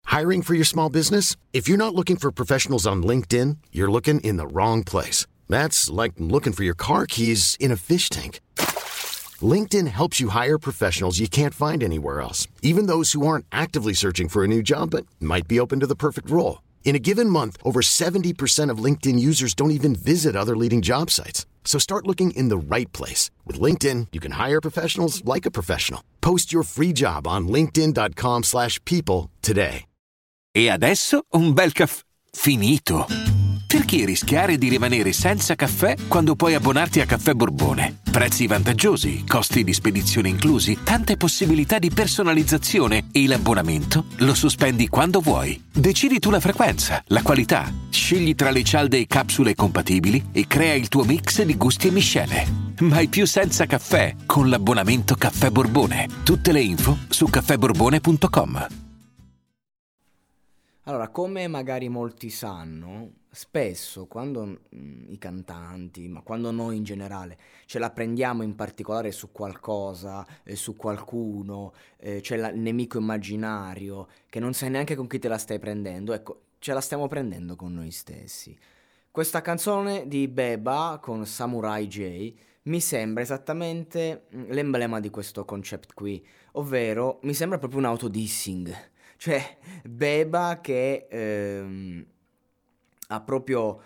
Hiring for your small business? If you're not looking for professionals on LinkedIn, you're looking in the wrong place. That's like looking for your car keys in a fish tank. LinkedIn helps you hire professionals you can't find anywhere else, even those who aren't actively searching for a new job but might be open to the perfect role. In a given month, over 70% of LinkedIn users don't even visit other leading job sites. So start looking in the right place. With LinkedIn, you can hire professionals like a professional. Post your free job on linkedin.com/people today. E adesso un bel caffè finito. Perché rischiare di rimanere senza caffè quando puoi abbonarti a Caffè Borbone? Prezzi vantaggiosi, costi di spedizione inclusi, tante possibilità di personalizzazione e l'abbonamento lo sospendi quando vuoi. Decidi tu la frequenza, la qualità, scegli tra le cialde e capsule compatibili e crea il tuo mix di gusti e miscele. Mai più senza caffè con l'abbonamento Caffè Borbone. Tutte le info su caffèborbone.com. Allora, come magari molti sanno, spesso quando i cantanti, ma quando noi in generale, ce la prendiamo in particolare su qualcosa, su qualcuno, c'è il nemico immaginario, che non sai neanche con chi te la stai prendendo, ecco, ce la stiamo prendendo con noi stessi. Questa canzone di Beba con Samurai J mi sembra esattamente l'emblema di questo concept qui, ovvero mi sembra proprio un autodissing. Cioè, Beba che ha proprio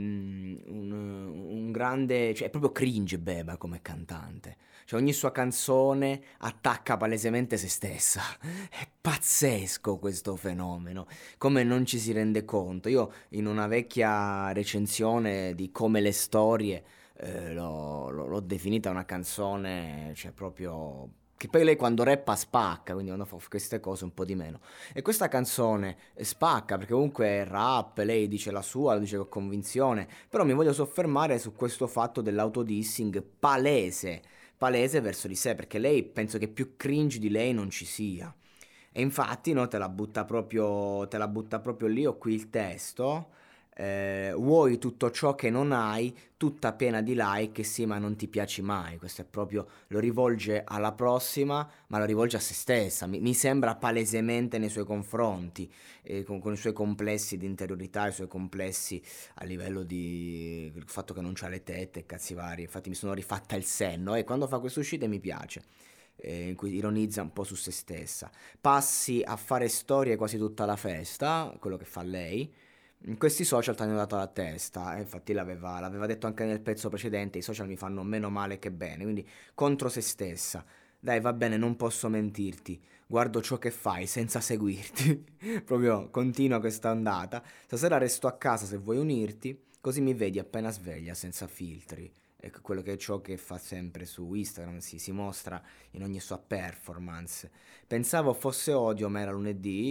un grande... cioè è proprio cringe Beba come cantante. Cioè ogni sua canzone attacca palesemente se stessa. È pazzesco questo fenomeno, come non ci si rende conto. Io in una vecchia recensione di Come le storie l'ho definita una canzone, cioè proprio... che poi lei quando rappa spacca, quindi quando fa queste cose un po' di meno. E questa canzone spacca perché comunque è rap, lei dice la sua, lo dice con convinzione, però mi voglio soffermare su questo fatto dell'autodissing palese verso di sé, perché lei penso che più cringe di lei non ci sia. E infatti, no, te la butta proprio lì, ho qui il testo. Vuoi tutto ciò che non hai, tutta piena di like, sì, ma non ti piaci mai. Questo è proprio, lo rivolge alla prossima, ma lo rivolge a se stessa. Mi sembra palesemente nei suoi confronti, con i suoi complessi di interiorità, i suoi complessi a livello di il fatto che non c'ha le tette e cazzi vari. Infatti mi sono rifatta il senno e quando fa queste uscite mi piace. In cui ironizza un po' su se stessa. Passi a fare storie quasi tutta la festa, quello che fa lei. Questi social ti hanno dato la testa, e infatti l'aveva detto anche nel pezzo precedente, i social mi fanno meno male che bene, quindi contro se stessa. Dai, va bene, non posso mentirti, guardo ciò che fai senza seguirti. Proprio continua questa ondata. Stasera resto a casa se vuoi unirti, così mi vedi appena sveglia, senza filtri. Ecco quello che è ciò che fa sempre su Instagram, si mostra in ogni sua performance. Pensavo fosse odio, ma era lunedì,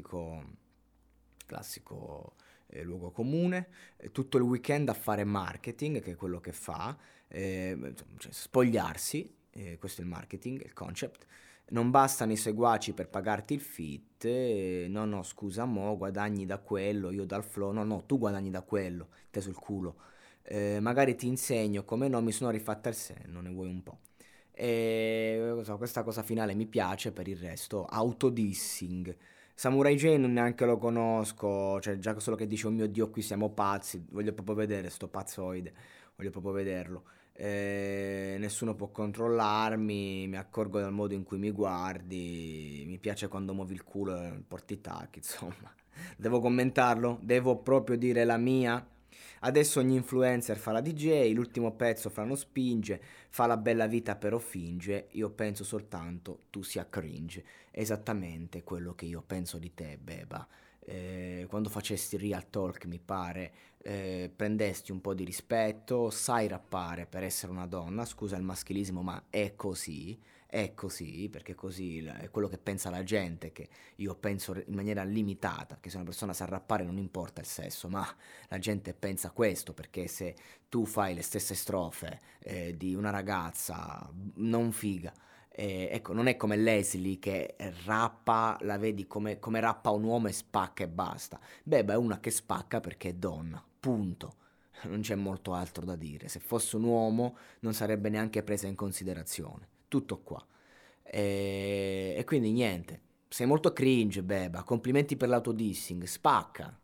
classico luogo comune, tutto il weekend a fare marketing, che è quello che fa, cioè spogliarsi, questo è il marketing, il concept. Non bastano i seguaci per pagarti il fit, no, scusa, mo guadagni da quello, io dal flow, no, tu guadagni da quello, te sul culo. Magari ti insegno come no, mi sono rifatta il senno, ne vuoi un po'. E questa cosa finale mi piace, per il resto, autodissing. Samurai J non neanche lo conosco, cioè già solo che dice oh mio Dio qui siamo pazzi, voglio proprio vedere sto pazzoide, voglio proprio vederlo. Nessuno può controllarmi, mi accorgo dal modo in cui mi guardi, mi piace quando muovi il culo e porti i tacchi, insomma. Devo commentarlo? Devo proprio dire la mia? Adesso ogni influencer fa la DJ, l'ultimo pezzo fra non spinge, fa la bella vita però finge, io penso soltanto tu sia cringe. Esattamente quello che io penso di te, Beba. Quando facesti Real Talk, mi pare, prendesti un po' di rispetto, sai rappare per essere una donna, scusa il maschilismo, ma è così, perché così è quello che pensa la gente, che io penso in maniera limitata, che se una persona sa rappare non importa il sesso, ma la gente pensa questo, perché se tu fai le stesse strofe di una ragazza non figa, ecco, non è come Leslie che rappa, la vedi come rappa un uomo e spacca e basta. Beba è una che spacca perché è donna, punto. Non c'è molto altro da dire. Se fosse un uomo non sarebbe neanche presa in considerazione. Tutto qua. E quindi niente. Sei molto cringe, Beba. Complimenti per l'autodissing. Spacca.